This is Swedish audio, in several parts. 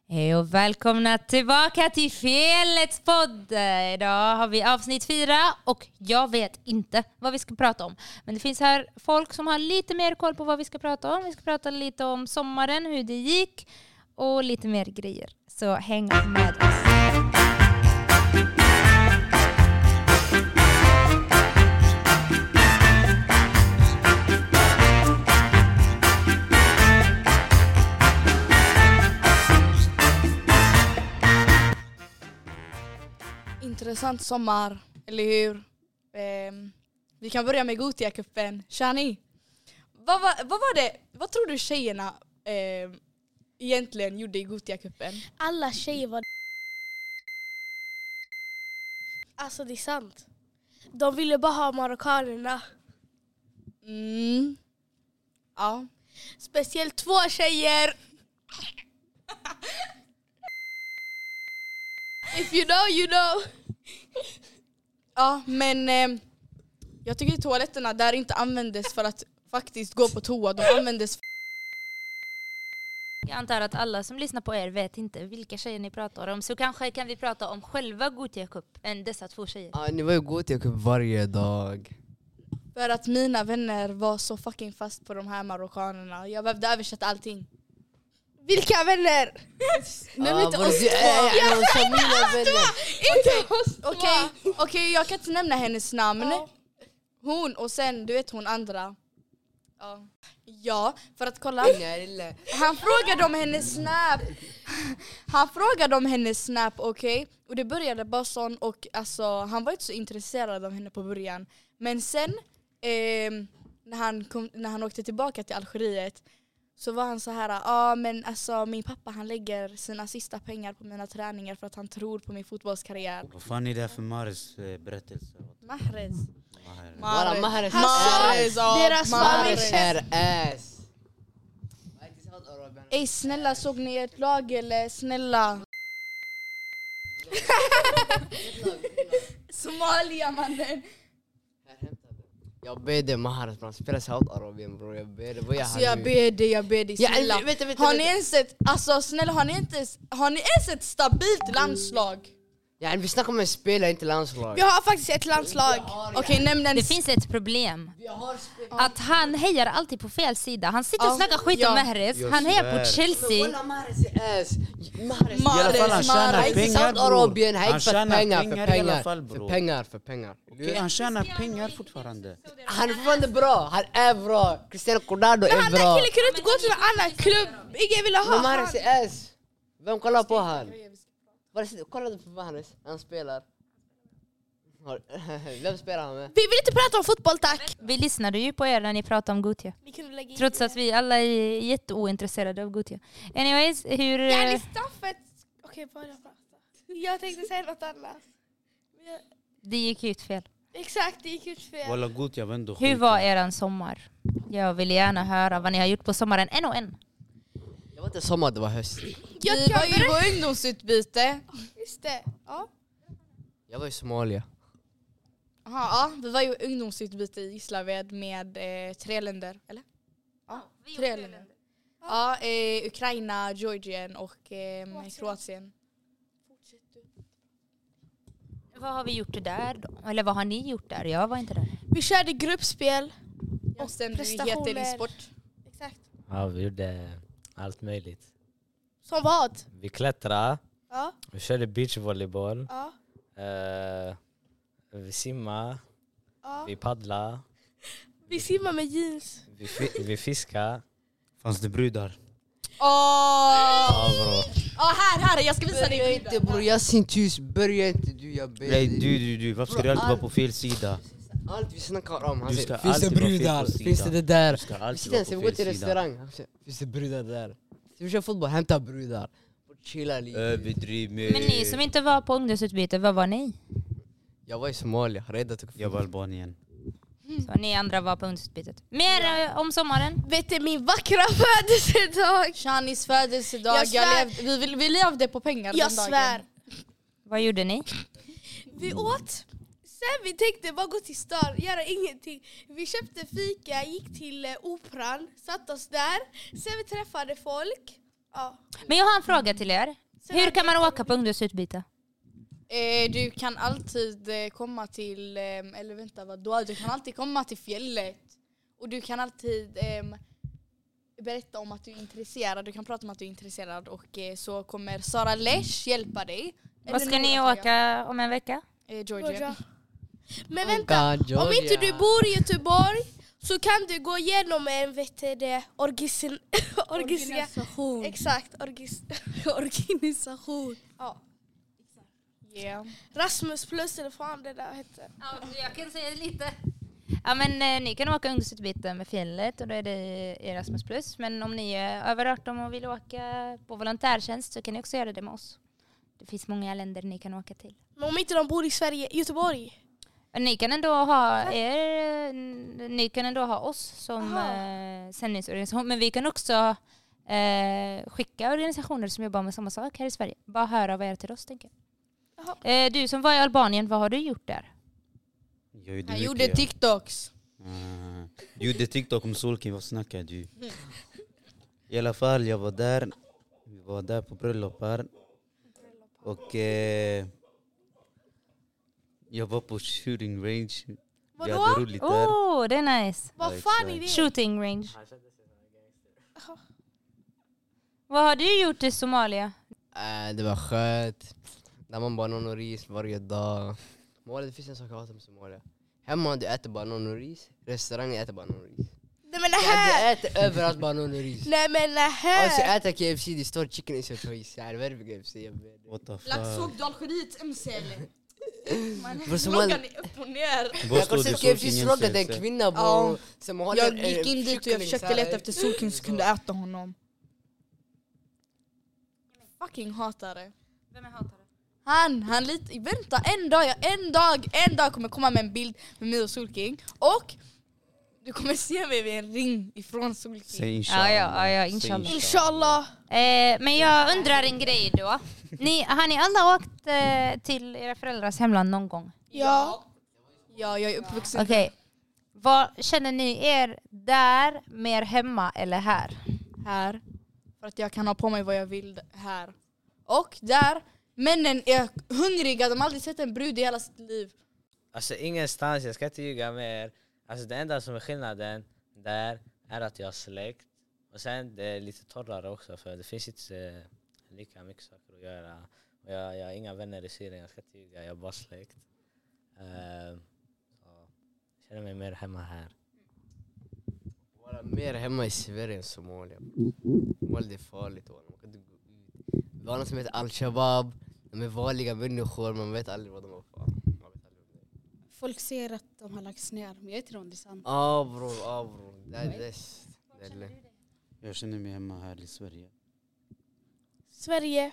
Hej och välkomna tillbaka till Felets podd. Idag har vi avsnitt 4 och jag vet inte vad vi ska prata om. Men det finns här folk som har lite mer koll på vad vi ska prata om. Vi ska prata lite om sommaren, hur det gick och lite mer grejer. Så häng med oss. Intressant sommar, eller hur? Vi kan börja med Gothia-cupen. Shani, vad var det? Vad tror du tjejerna egentligen gjorde i Gothia-cupen? Alla tjejer var... Alltså det är sant. De ville bara ha marockanerna. Ja. Speciellt 2 tjejer. If you know, you know. Ja, men jag tycker toaletterna där inte användes för att faktiskt gå på toa. De användes... Jag antar att alla som lyssnar på er vet inte vilka tjejer ni pratar om. Så kanske kan vi prata om själva Gothia Cup än dessa 2 tjejer. Ja, ni var ju Gothia Cup varje dag. För att mina vänner var så fucking fast på de här marockanerna. Jag behövde översätta allting. Vilka vänner? Men inte oss två. Okej, jag kan inte nämna hennes namn. Hon och sen, du vet hon andra. Ja, för att kolla. Han frågade om hennes snap. Okej? Och det började bara sån. Och alltså, han var inte så intresserad av henne på början. Men sen, när han åkte tillbaka till Algeriet, så var han så här, men alltså min pappa han lägger sina sista pengar på mina träningar för att han tror på min fotbollskarriär. Vad fan är det för Mahrez berättelse? Mahrez. Deras Mahrez är ass. Ey snälla, såg ni ett lag eller snälla? Somalia mannen. Jag ber dig Mahrez, man spelar Saudiarabien bror. Jag ber dig, alltså, jag ber dig snälla. Har ni ens ett, alltså snälla, har ni ens ett stabilt landslag? Ja, vi snackar om en spelare, inte landslag. Vi har faktiskt ett landslag. Okej, nämn den. Det finns ett problem. Att han hejar alltid på fel sida. Han sitter och snackar skit om Mahrez. Han hejar på Chelsea. Kolla Mahrez är ass. I alla fall han tjänar pengar Saudiarabien, han tjänar pengar för pengar. Okej, han tjänar pengar fortfarande. Han är fortfarande bra, han är bra. Cristiano Ronaldo är bra. Men han där killen kunde inte gå till en annan klubb. Ingen ville ha han. Mahrez är ass. Vem kollar på han? Kolla på Mahrez, han spelar. Vem spelar han med? Vi vill inte prata om fotboll, tack. Vi lyssnade ju på er när ni pratade om Gothia. Trots att vi alla är jätteointresserade av Gothia. Anyways, hur... Ja, det är staffet. Okej, bara prata. Jag tänkte säga något annat. Det gick ut fel. Exakt, det gick ut fel. Walla Gothia vände. Hur var eran sommar? Jag vill gärna höra vad ni har gjort på sommaren. En och en. Det var inte sommar, det var höst. Vi var ju på ungdomsutbyte. Just det, ja. Jag var i Somalia. Ja, vi var ju ungdomsutbyte i Gislaved med 3 länder, eller? Ja, 3 länder. Ja, Ukraina, Georgien och Kroatien. Vad har vi gjort där då? Eller vad har ni gjort där? Jag var inte där. Vi körde gruppspel och sen heter i sport. Exakt. Ja, vi gjorde allt möjligt. Som vad? Vi klättrade. Ja. Vi körde beachvolleyboll. Ja. Vi simmade. Ja. Vi paddlade. Vi simmar med jeans. Vi fiskade. Fanns det brudar? Ja, bro. Här, jag ska visa dig. Börja inte bror, jag syns ljus. Börja inte du, jag ber Nej, dig. du. Varför ska du alltid vara på fel sida? Allt vi snackar om. Du ska Finns det alltid vara fel brudar? på sida. Finns det där? Du ska alltid Vi vara ska på gå fel till sida. restaurang. Finns det brudar där? Ska vi köra fotboll? Hämta brudar. Chilla lite. Överdriv med... Men ni som inte var på ungdomsutbyte, vad var ni? Jag var i Somalia. Jag var Albanien. Så ni andra var på ungdomsutbytet. Mer om sommaren? Vet du min vackra födelsedag? Shanis födelsedag. Vi levde på pengar Jag den dagen. svär. Vad gjorde ni? Vi åt. Sen vi tänkte bara gå till stan, göra ingenting. Vi köpte fika, gick till operan, satt oss där. Sen vi träffade folk. Ja. Men jag har en fråga till er. Hur kan man åka på ungdomsutbyte? Du kan alltid komma till, eller vänta vadå? Du kan alltid komma till fjället. Och du kan alltid berätta om att du är intresserad. Du kan prata om att du är intresserad och så kommer Sara Lesch hjälpa dig. Vad ska ni åka om en vecka? Georgia. Men vänta, God, om inte du Georgia. bor i Göteborg så kan du gå igenom en Organisation. Exakt, Organisation. ja. Yeah. Rasmus plus eller fan det där hette. Ja, jag kan säga lite. Ja, men ni kan åka ungdomsutbyte med fjället och då är det Erasmus plus. Men om ni är över 18 och vill åka på volontärtjänst så kan ni också göra det med oss. Det finns många länder ni kan åka till. Men om inte de bor i Sverige, Göteborg. Men ni kan ändå ha oss som sändningsorganisation. Men vi kan också skicka organisationer som jobbar med samma sak här i Sverige. Bara höra av er till oss, tänker jag. Du som var i Albanien, vad har du gjort där? Han gjorde TikToks. Gjorde TikTok om Solking, vad snackar du? I alla fall, jag var där. Vi var där på bröllop här. Och jag var på shooting range. Vi Vadå? hade roligt där. Det är nice. Vad fan är det? Shooting range. Vad har du gjort i Somalia? Det var skönt. Där man banan och ris varje dag. Målet, det finns en sak jag hatar med Somalia. Hemma du äter banan och ris. Restaurangen äter banan och ris. Nej men det här! Jag äter överallt banan och ris. Nej men det här! Alltså jag äter KFC, det står chicken is your choice. Jag är väldigt KFC. What the Lax fuck? såg du Algeriet MCL? För Somalia... Frågan är upp och ner. Vad Jag står har det sett KFC Solking frågade en NCLC? kvinna på... Ja. Som håller Jag gick in dit och jag kyckling försökte så här. leta efter Solking så kunde äta honom. Fucking hatare. Vem är hatare? Han lite, vänta en dag kommer komma med en bild med mig och Solking. Och du kommer se mig vid en ring ifrån Solking. Säg inshallah. Ja, Säg inshallah. Inshallah! Men jag undrar en grej då. Har ni alla åkt till era föräldrars hemland någon gång? Ja. Ja, jag är uppvuxen. Okej. Vad känner ni er där mer hemma eller här? Här. För att jag kan ha på mig vad jag vill här. Och där, männen är hungriga. De har aldrig sett en brud i hela sitt liv. Alltså ingenstans, jag ska inte ljuga med er. Alltså det enda som är skillnaden där är att jag har släkt. Och sen det är lite torrare också för det finns inte lika mycket saker att göra. Och jag har inga vänner i Syrien, jag ska inte ljuga, jag har bara släkt. Jag känner mig mer hemma här. Vara mer hemma i Sverige än Somalia. Somalia är farligt. Man kan inte gå ut. Det var något som heter Al-Shabaab. De är vanliga människor, man vet aldrig vad de har för. Folk ser att de har lagts ner, men jag vet inte om det är sant. Bror. Det är Jag känner mig hemma här i Sverige. Sverige.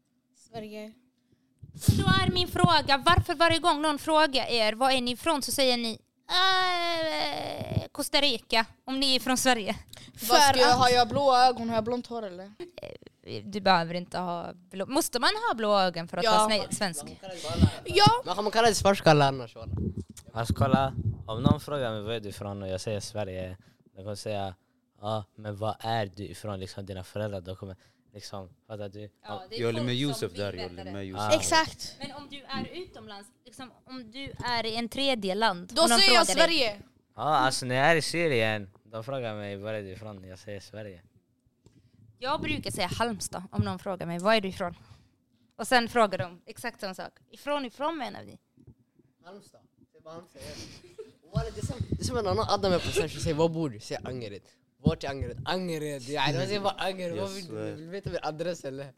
Då är min fråga, varför varje gång någon frågar er var är ni ifrån så säger ni Costa Rica om ni är från Sverige. Har jag blåa ögon? Har jag blont hår eller? Du behöver inte ha blå. Måste man ha blå ögon för att vara svensk? Ja. Man kallar det svartskalle annars. Alltså kolla, om någon frågar mig var är du ifrån och jag säger Sverige, de kommer säga men vad är du ifrån? Liksom dina föräldrar, de kommer liksom, fattar du? Jag håller med Josef där. Exakt. Men om du är utomlands, liksom, om du är i en tredje land. Då säger jag Sverige. Alltså när jag är i Syrien, de frågar mig var är du ifrån? Jag säger Sverige. Jag brukar säga Halmstad om någon frågar mig, var är du ifrån? Och sen frågar de exakt samma sak. Ifrån menar vi. Halmstad. Det är som en annan Adam är på station och säger vad bor du? Säger Angered. Vart är Angered? Angered. Jag säger bara Angered. Vad vill du? Vill du veta min adress eller?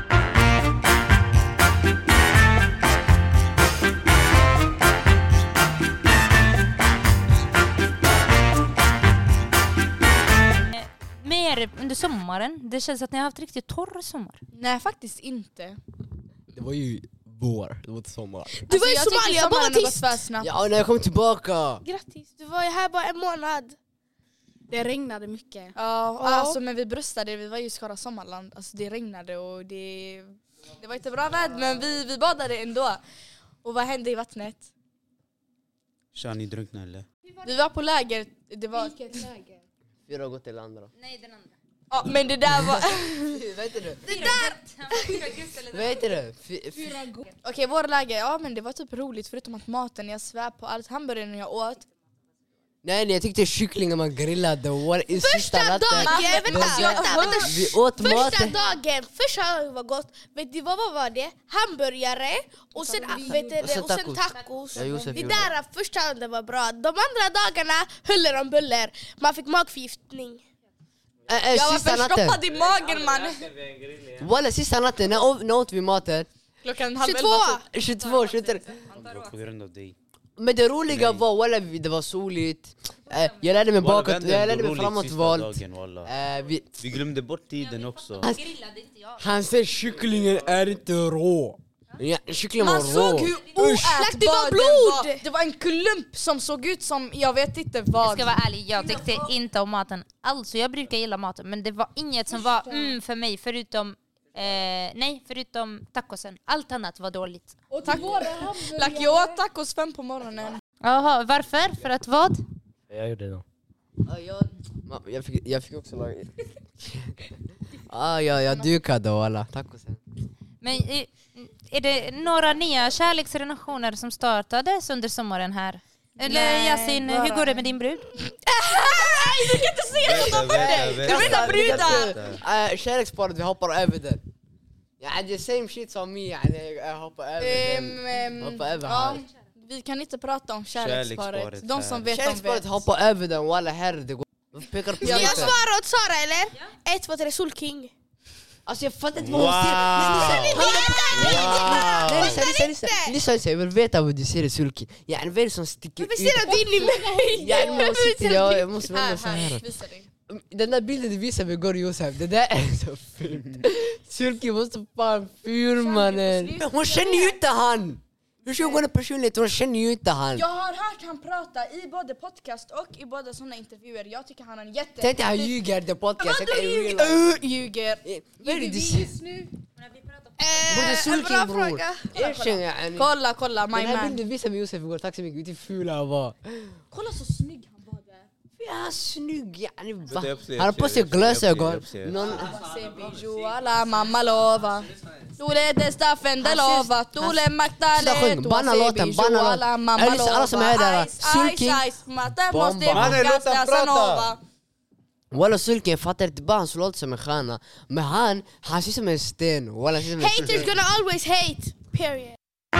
Mer under sommaren. Det känns att ni har haft riktigt torr sommar. Nej, faktiskt inte. Det var ju vår. Det var inte sommar. Du var i jag tycker Somalia, sommaren bara har gått tyst! för snabbt. Ja, när jag kom tillbaka. Grattis, du var ju här bara en månad. Det regnade mycket. Ja, alltså men vi bröstade, vi var ju i Skara Sommarland. Alltså det regnade och det var inte bra väder, men vi badade ändå. Och vad hände i vattnet? Tja, ni drunknade eller? Vi var på läger, det var... Vilket läge? 4 har gått till andra. Nej, den andra. Ja, men det där var... Vet du? Det där! Vet du? Okej, vår läge, ja men det var typ roligt förutom att maten, jag svär på allt hamburgaren jag åt. Nej, jag tyckte kycklingen man grillade och i sista Första natten. dagen, vänta. Vi åt Första maten. dagen var gott. Vet du vad var det? Hamburgare och sen, och sen tacos. Ja, Josef Det gjorde där första dagen var bra. De andra dagarna huller om buller. Man fick magförgiftning. Jag var Sista natten. förstoppad i magen man. Walla, sista natten, när åt vi maten? Klockan 22. 22! 23. På grund av dig. Men det roliga var, walla, det var soligt. Jag lärde mig bakåt, jag lärde mig framåtvolt. Vi glömde bort tiden också. Grillade inte jag. Han säger kycklingen är inte rå. Ja, kycklingen var Man såg rå. hur Det var oätbar blod! den var. Det var en klump som såg ut som, jag vet inte Jag vad. ska vara ärlig, jag tyckte inte om maten alls. Jag brukar gilla maten, men det var inget som var för mig förutom tacosen. Allt annat var dåligt. Tack. Like, jag åt tacos 5 på morgonen. Jaha, varför? För att vad? Jag gjorde det. Jag fick också laga. Jag dukade walla, tacosen. Men är det några nya kärleksrelationer som startades under sommaren här? Eller Nej, Yasin, hur bara går det en. med din brud? Du kan inte säga sånt om mig! Jag vill ha brudar! Kärleksparet, vi hoppar över det. Ja, det är same shit som mig, jag hoppar över den. Hoppar över här. Vi kan inte prata om kärleksparet. De som vet, de Kärleksparet vet. hoppar över den, walla herre det går. Pekar på Ska jag lite. svara åt Sara eller? 1, 2, 3, Soul King. Alltså jag fattar inte vad hon säger. Lyssna, jag vill veta vad du ser i Sulki. Vad är det som sticker Varför ser du in i mig? Jag måste vända så här. Visa dig. Den där bilden du visade mig igår Josef, det där är så fult. Sulki måste fan fyr mannen. Hon känner ju inte han. Hur ska hon gå en personlighet? Hon känner ju inte han. Jag har hört han prata i både podcast och i båda såna intervjuer. Jag tycker han är en jätte... Tänk dig han ljuger det podcast. Vadå ljuger? Ljuger. Vad är det du säger? Både En bra Sulki bror. fråga. Erkänn yani. Kolla, my Den här man. bilden du visade mig Josef igår, tack så mycket. Vilken ful han var. Kolla så snygg han var där. Ja, snygg yani va? Jag ser, Han har på sig jag ser. glasögon. Någon- Se bijou alla mamma lova. Tole de staffen de lova. Tole maktale. Banna låten, banna låten. alla mamma Lyssna, alla som är där. Sulki. Matte Bomba. måste Mannen, bokas låt han Casanova. Walla Sulki fattar inte bara han så låter som en stjärna. Men han ser som en sten. Walla, han ser som en Haters sten. gonna always hate. Period.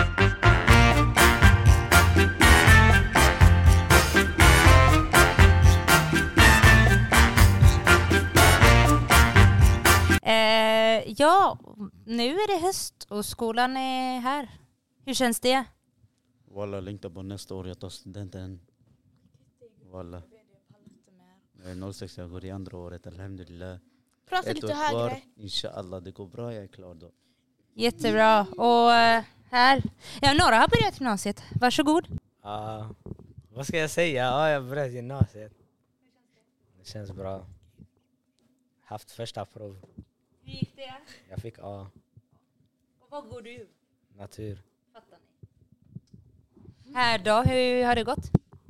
Ja, nu är det höst och skolan är här. Hur känns det? Walla, längtar på nästa år jag tar studenten. Walla. Jag är 06, jag går i andra året, alhamdulillah. Prata Ett lite år kvar, högre. inshallah det går bra, jag är klar då. Jättebra. Och här. Ja, några har börjat gymnasiet. Varsågod. Vad ska jag säga? Ja, jag började gymnasiet. Det känns bra. Haft första prov. Hur gick det? Jag fick A. Och vad går du? Natur. Fattar ni? Här då, hur har det gått?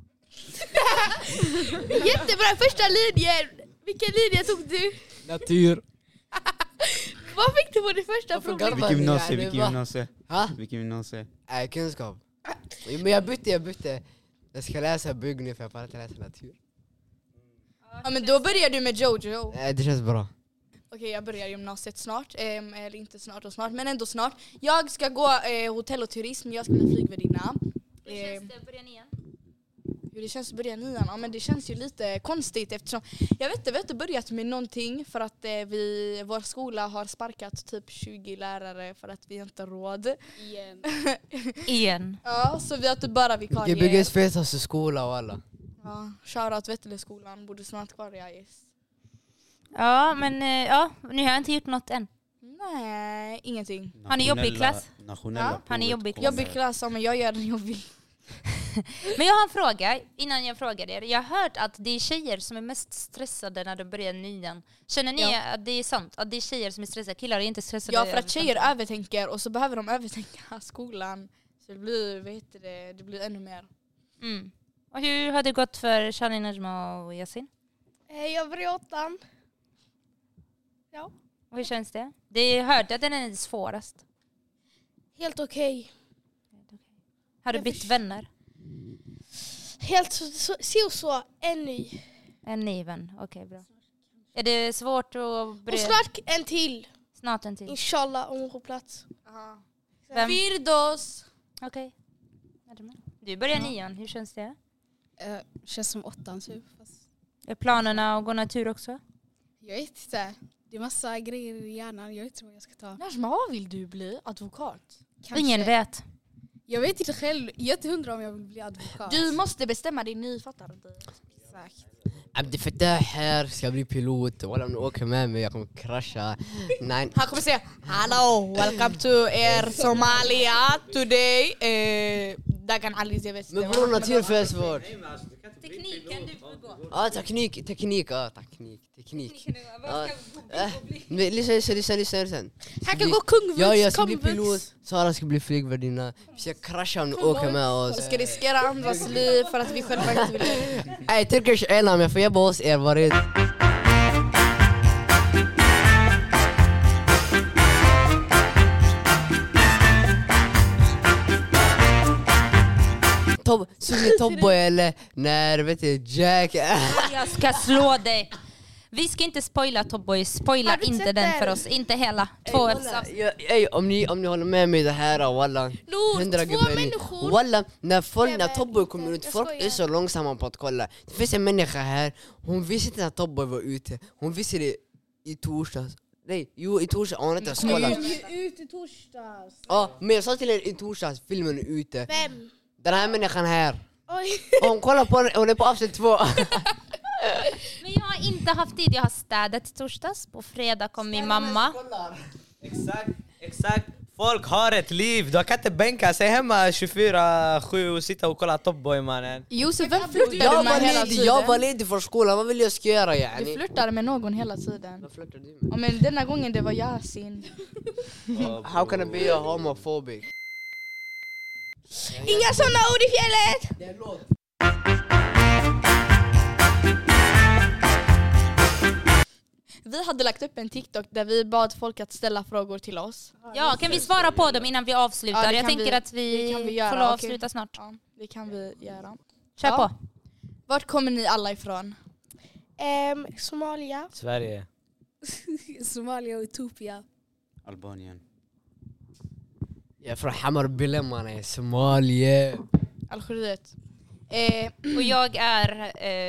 Jättebra första linjen. Vilken linje tog du? Natur. Vad fick du på det första Varför provet? garvar Vilken ni, gymnasie, yani, vilken va? gymnasie? Ha? Vilken gymnasie? Kunskap. Men jag bytte. Jag ska läsa bygg nu för jag pallar inte läsa natur. Ja, men då börjar du med Jojo. Det känns bra. Okej, jag börjar gymnasiet snart. Eller inte snart och snart, men ändå snart. Jag ska gå hotell och turism. Jag ska bli flygvärdinna. Hur känns det att börja nian? Hur det känns att börja nian? Ja, men det känns ju lite konstigt eftersom jag vet inte börjat med någonting för att vår skola har sparkat typ 20 lärare för att vi inte har råd. Igen. Ja, så vi har typ bara Jag vikarier. bygger fetaste skola och alla. Ja, shoutout Vätterleskolan, borde snart kvar i IS. Ja, men nu har jag inte gjort något än. Nej, ingenting. Har ni jobbig klass? Nationella Ja, har ni provet jobbig kommer. Jobbig klass, ja, men jag gör den jobbig. Men jag har en fråga innan jag frågar er. Jag har hört att det är tjejer som är mest stressade när de börjar nian. Känner ni att det är sant? Att det är tjejer som är stressade? Killar är inte stressade? Ja, för att tjejer övertänker och så behöver de övertänka skolan. Så det blir, det blir ännu mer. Mm. Och hur har det gått för Shani, Najma och Yasin? Jag var i 8:an. Ja. Och hur känns det? Det hörde att den är svårast. Helt okej. Har du bytt vänner? Helt så en ny. En ny vän, okej bra. Är det svårt att Och snart en till. Snart en till. Inshallah om hon får plats. Vem? Firdos! Okej. Är du med? Du börjar 9:an, hur känns det? Känns som 8 typ. Fast Är planerna att gå natur också? jag vet inte. Det är massa grejer i hjärnan. Jag vet inte vad jag ska ta. Najma, vad vill du bli? Advokat? Kanske. Ingen vet. Jag vet inte själv. Jag är inte 100 om jag vill bli advokat. Du måste bestämma dig nu, fattar du? Exakt. Abdi Fattah här, ska bli pilot. Walla om du åker med mig, jag kommer krascha. Nej. Han kommer säga hello, welcome to Air Somalia today. Där kan Ali se väst. Men bror, natur för svårt. Tekniken du får gå. Ja, teknik. Lyssna. Han kan gå kungvux, Ja, jag ska bli komvux. pilot. Sara ska bli flygvärdinna. Vi ska krascha om du åker med oss. Vi ska riskera andras liv för att vi själva inte vill det. Ey, Turkish Airlines, jag får jobba hos er, var det? Såg ni Tobboy eller när, vet du, Jack... Jag ska slå dig. Vi ska inte spoila Tobboy. Spoila Har du inte sett den den? för oss. Inte hela. 2 Ey, om ni håller med mig det här, walla. 100 2 gubbar. människor. Walla, när Tobboy kommer ut, Jag folk skojar. är så långsamma på att kolla. Det finns en människa här, hon visste inte att Tobboy var ute. Hon visste det i torsdags. Nej, i torsdags, hon inte skolan. Ut i torsdags. Ja, men jag sa till er i torsdags, filmen är ute. Vem? Den här människan här. Oj. Och hon kollar på den, hon är på avsnitt 2. Men jag har inte haft tid. Jag har städat i torsdags. På fredag kom min mamma. Exakt. Folk har ett liv. Du kan inte bänka sig hemma 24/7 och sitta och kolla Topboy, mannen. Josef, vem flörtar du med hela tiden? Jag var ledig för skolan, vad vill jag ska göra Du yani? flörtar med någon hela tiden. Vad flörtar du med? Ja, men denna gången det var Yasin. How can I be a homophobic? Inga såna ord i fjället! Vi hade lagt upp en TikTok där vi bad folk att ställa frågor till oss. Ja, kan vi svara på dem innan vi avslutar? Ja, det Jag kan tänker vi- att vi det kan vi göra, får lov att okej. avsluta snart. Ja, det kan vi göra. Kör Ja. på. Vart kommer ni alla ifrån? Somalia. Sverige. Somalia och Etiopien. Albanien. Jag är från Hammarby, mannen, Somalia. Algeriet. Och jag är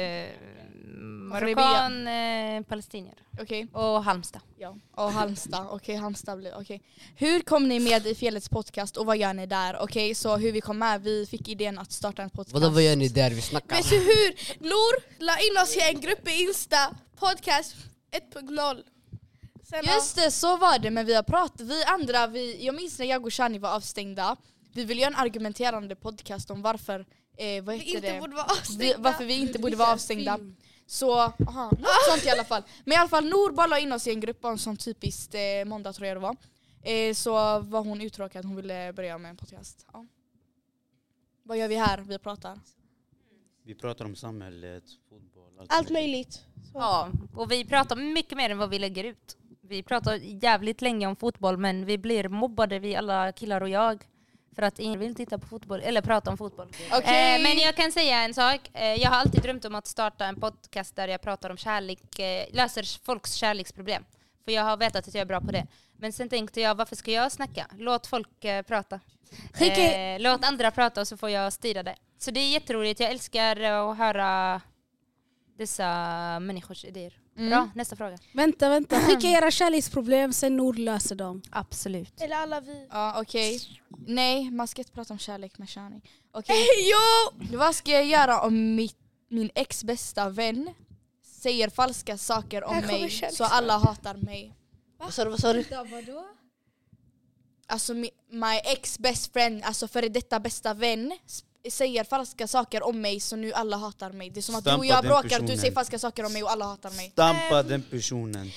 marockan, palestinier. Okej. Och Halmstad. Ja. Och Halmstad. Okej, Halmstad blir okej. Hur kom ni med i Fjällets podcast och vad gör ni där? Okej, så hur vi kom med, vi fick idén att starta en podcast. Vad gör ni där? Vi snackar. Vet du hur? Nour la in oss i en grupp i Insta. Podcast 1.0. Sen Just det, så var det, men vi har pratat, jag minns när jag och Shani var avstängda. Vi ville göra en argumenterande podcast om varför, vad vi heter inte det? borde vara avstängda. Varför vi inte borde vara avstängda. Så, något sånt i alla fall. Men i alla fall, Nour bara la in oss i en grupp om sån typiskt måndag tror jag det var. Så var hon uttråkad, hon ville börja med en podcast. Ja. Vad gör vi här? Vi pratar. Vi pratar om samhället, fotboll, Allt möjligt. Ja, och vi pratar mycket mer än vad vi lägger ut. Vi pratar jävligt länge om fotboll, men vi blir mobbade, vi alla killar och jag. För att ingen vill titta på fotboll, eller prata om fotboll. Okej. Men jag kan säga en sak. Jag har alltid drömt om att starta en podcast där jag pratar om kärlek, löser folks kärleksproblem. För jag har vetat att jag är bra på det. Men sen tänkte jag, varför ska jag snacka? Låt folk prata. Låt andra prata och så får jag styra det. Så det är jätteroligt. Jag älskar att höra dessa människors idéer. Bra, nästa fråga. Vänta. Skicka era kärleksproblem, sen Nour löser dem. Absolut. Eller alla vi. Ja, okej. Nej, man ska inte prata om kärlek med Shani. Okej. Jo! Vad ska jag göra om min ex bästa vän säger falska saker om Här kommer mig kärlek. så alla hatar mig? Vad sa du? Vadå? Alltså my ex best friend, alltså före detta bästa vän säger falska saker om mig så nu alla hatar mig. Det är som att du och Stampa jag den bråkar, du personen. säger falska saker om mig och alla hatar mig. Stampa den personen.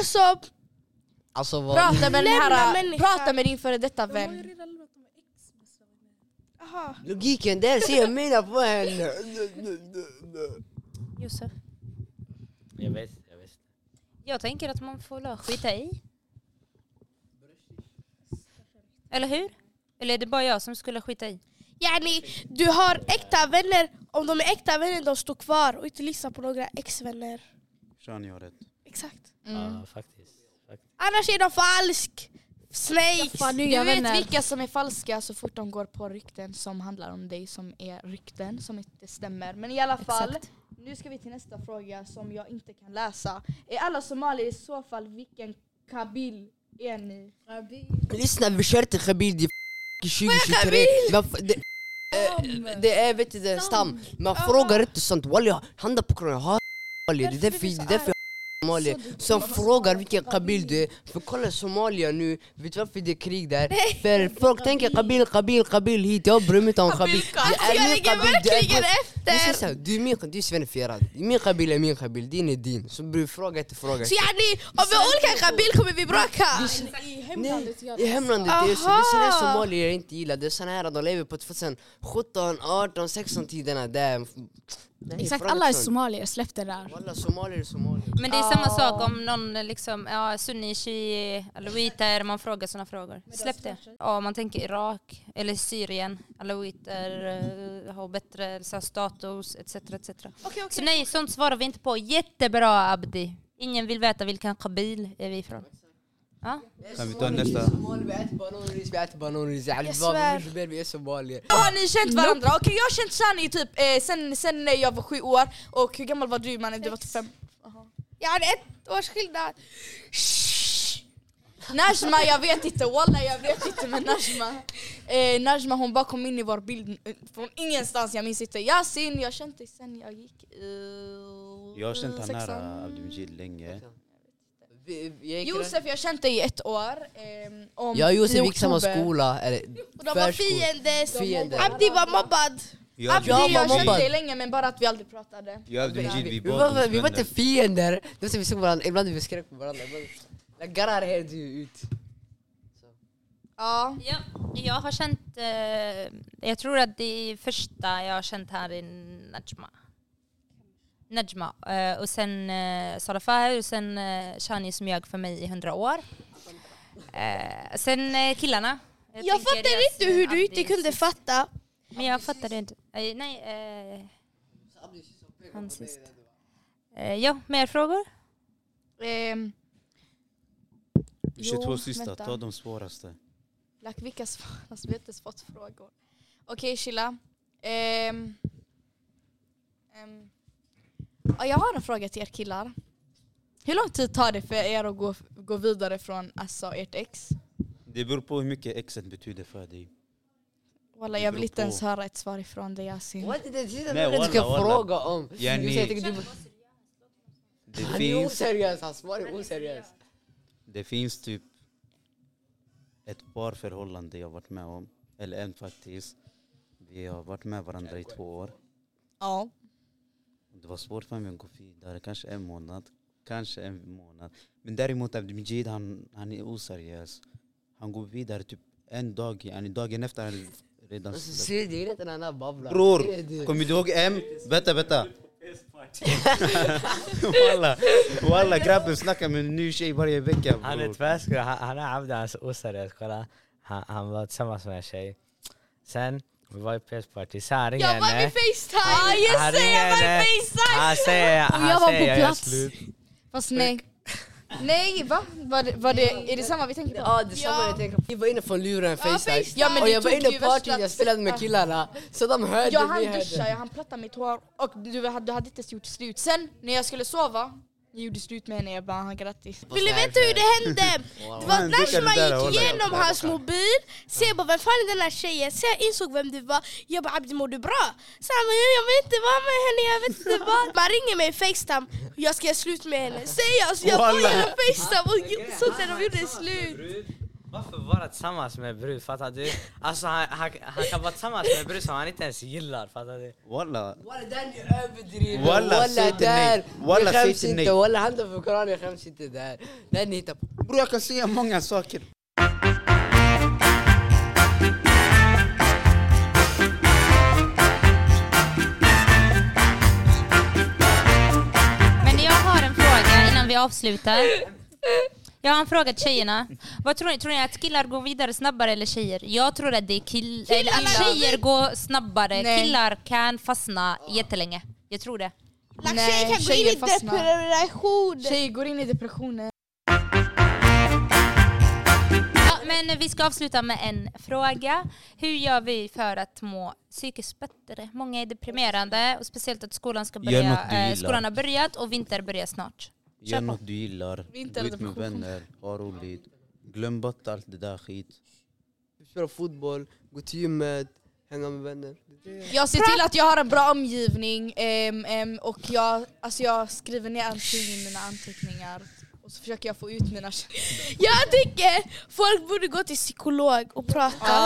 Alltså, Vad? Prata med, Lämna människan. prata med din före detta vän. aha. Logiken där ser jag mina på henne. Josef. Jag vet. Jag tänker att man får skita i. Eller hur? Eller är det bara jag som skulle skita i? Yani, du har äkta vänner. Om de är äkta vänner, de står kvar och inte lyssnar på några ex-vänner. Shani har rätt. Exakt. Ja, faktiskt. Annars är de falsk. Snakes. Du vet vilka som är falska så fort de går på rykten som handlar om dig, som är rykten som inte stämmer. Men i alla fall, nu ska vi till nästa fråga som jag inte kan läsa. Är alla somalier i så fall vilken kabil är ni? Lyssna, vi kör till Khabil 2023. Det är vet du, stam. Man frågar inte sånt. Wallah, handa på kronan. Det är därför Somalia som frågar vilken kabil du är. För kolla Somalia nu, vet du varför det är krig där? För folk tänker kabil hit. Jag bryr mig inte om kabil. Jag lägger verkligen efter. Du är svenifierad. Min kabil är min kabil, din är din. Så fråga inte fråga. Så yani, om vi har olika kabil kommer vi bråka. I hemlandet gör I hemlandet är det så. Det är sådana här somalier jag inte gillar. Det är sådana här de lever på 2017, 18, 16 tiderna där. Exakt, alla är somalier, släpp det där. Alla somalier. Men det är samma sak om någon liksom, sunni, shi, alawiter, man frågar såna frågor. Släpp det. Ja, man tänker Irak eller Syrien, alawiter har bättre så här, status, etc. Okay. Så nej, sånt svarar vi inte på. Jättebra, Abdi. Ingen vill veta vilken kabil är vi ifrån. Ja? Kan vi ta nästa? Vi äter bananris. Vi är somalier. Har ni känt varandra? Okej, jag har känt Shani typ sen när jag var 7 år. Och hur gammal var du, mannen? Du var 5. Jag hade 1 års skillnad. Najma, jag vet inte. Wallah, jag vet inte med Najma. Najma, hon bara kom in i vår bild från ingenstans. Jag minns inte. Yasin, jag kände dig sen jag gick Jag har känt han här Abdimjid länge. Josef, jag kände dig i 1 år. Jag och Josef gick samma skola. Och de var fiender. Abdi var mobbad. Jag kände dig länge men bara att vi aldrig pratade. Vi var inte fiender. Vi såg varandra. Ibland vi skrek på varandra. Jag garrar helt ut. Ja, jag har känt... jag tror att det första jag har känt här är Najma. Och sen Sarafah och sen Shani som jag för mig i 100 år. Sen killarna. Jag fattar inte hur du inte kunde fatta. Men jag fattade inte. Han sist. Ja, mer frågor? 22 sista, ta de svåraste. Vilka svåraste? Vi har inte fått frågor. Okej, chilla. Jag har en fråga till er killar. Hur lång tid tar det för er att gå vidare från ert ex? Det beror på hur mycket exet betyder för dig. Walla, jag vill inte ens höra ett svar ifrån dig, Yasin. Vad är det du ska fråga om? Han är oseriös, han svarar oseriös. Det finns typ ett par förhållanden jag har varit med om. Eller en faktiskt. Vi har varit med varandra i 2 år. Ja. Det var svårt för mig att gå vidare. Kanske en månad. Men däremot Abdimjid, han är oseriös. Han går vidare typ en dag. Dagen efter han redan... Se, det är inte en annan babbla. Bror, kommer du ihåg Vänta. Walla, grabben snackar med en ny tjej varje vecka. Han är tvärskrig. Han är Abdi, han är så oseriös. Kolla. Han var tillsammans med en tjej. Sen, vi var i PS-party. Så han ringer henne. Jag var vid FaceTime. Jag var vid FaceTime. Han säger jag är slut. Fast nej, va? Är det samma vi tänker på? Ja, det är samma jag tänker på. Vi var inne på luren FaceTime. Ja, men och jag var inne på party, jag spelade med killarna. Så de hörde jag hann duscha, jag hann platta mitt hår. Och du hade inte ens gjort slut. Sen, när jag skulle sova, jag gjorde slut med henne, jag bara, grattis. Vill du veta hur det hände? Det var när man gick igenom hans mobil. Så jag bara, vem fan är den här tjejen? Så jag insåg vem du var. Jag bara, Abdi, mår du bra? Så han bara, jag vill inte vara med henne, jag vet inte vad. Man ringer mig i FaceTime, jag ska göra slut med henne. Säger jag, så jag började FaceTime och så sen de gjorde slut. Varför vara tillsammans med brud, fattar du? Alltså han kan vara tillsammans med brud som han inte ens gillar, fattar du? Walla, den är överdriven. Walla, där. Walla, jag skäms inte. Walla, han tar för koran, jag skäms inte där. Den hittar på. bror, jag kan säga många saker. Men jag har en fråga innan vi avslutar. Jag har en fråga till tjejerna. Vad tror ni? Tror ni att killar går vidare snabbare eller tjejer? Jag tror att det är tjejer går snabbare. Nej. Killar kan fastna jättelänge. Jag tror det. Tjejer kan gå in i depression. Tjejer går in i depressioner. Ja, men vi ska avsluta med en fråga. Hur gör vi för att må psykiskt bättre? Många är deprimerande och speciellt att skolan ska börja. Skolan har börjat och vinter börjar snart. Gör något du gillar. Gå ut med Vinterdepression. vänner. Ha roligt. Glöm bort allt det där skit. Spela fotboll, gå till gymmet, hänga med vänner. Jag ser till att jag har en bra omgivning och jag skriver ner allting i mina anteckningar. Och så försöker jag få ut mina... Jag tycker folk borde gå till psykolog och prata.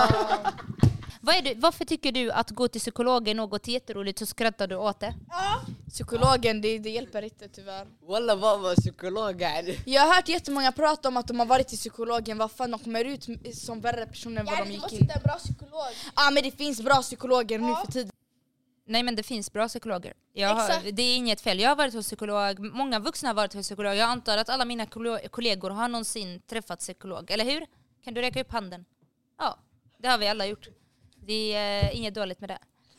Varför tycker du att gå till psykologen och något jätteroligt så skrattar du åt det? Psykologen, det hjälper inte tyvärr. Walla, vad var psykolog här? Jag har hört jättemånga prata om att de har varit till psykologen. Vad fan, de kommer ut som värre personer än vad de gick in. En bra psykolog. Men det finns bra psykologer nu för tiden. Nej, men det finns bra psykologer. Exakt. Det är inget fel. Jag har varit hos psykolog. Många vuxna har varit hos psykolog. Jag antar att alla mina kollegor har någonsin träffat psykolog. Eller hur? Kan du räcka upp handen? Ja, det har vi alla gjort. Det är inget dåligt med det.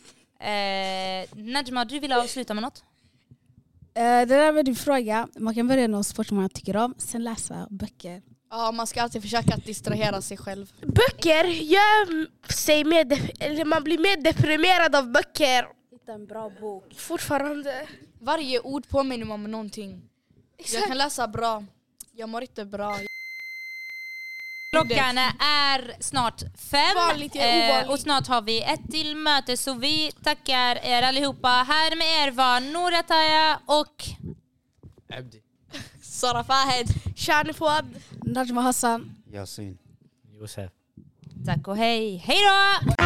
Najma, du vill avsluta med något? Det där var din fråga. Man kan börja någon sport som man tycker om. Sen läsa böcker. Ja, man ska alltid försöka att distrahera sig själv. Böcker gör sig eller man blir mer deprimerad av böcker. Hitta en bra bok. Fortfarande. Varje ord påminner mig om någonting. Jag kan läsa bra. Jag mår inte bra. Klockan är snart 5 Vanligt, jag är ovanlig. och snart har vi ett till möte, så vi tackar er allihopa. Här med er var Nour Ataya och Abdi. Sara Fahed. Shani Fouad. Najma Hassan. Yasin. Josef. tack och hej. Hej då!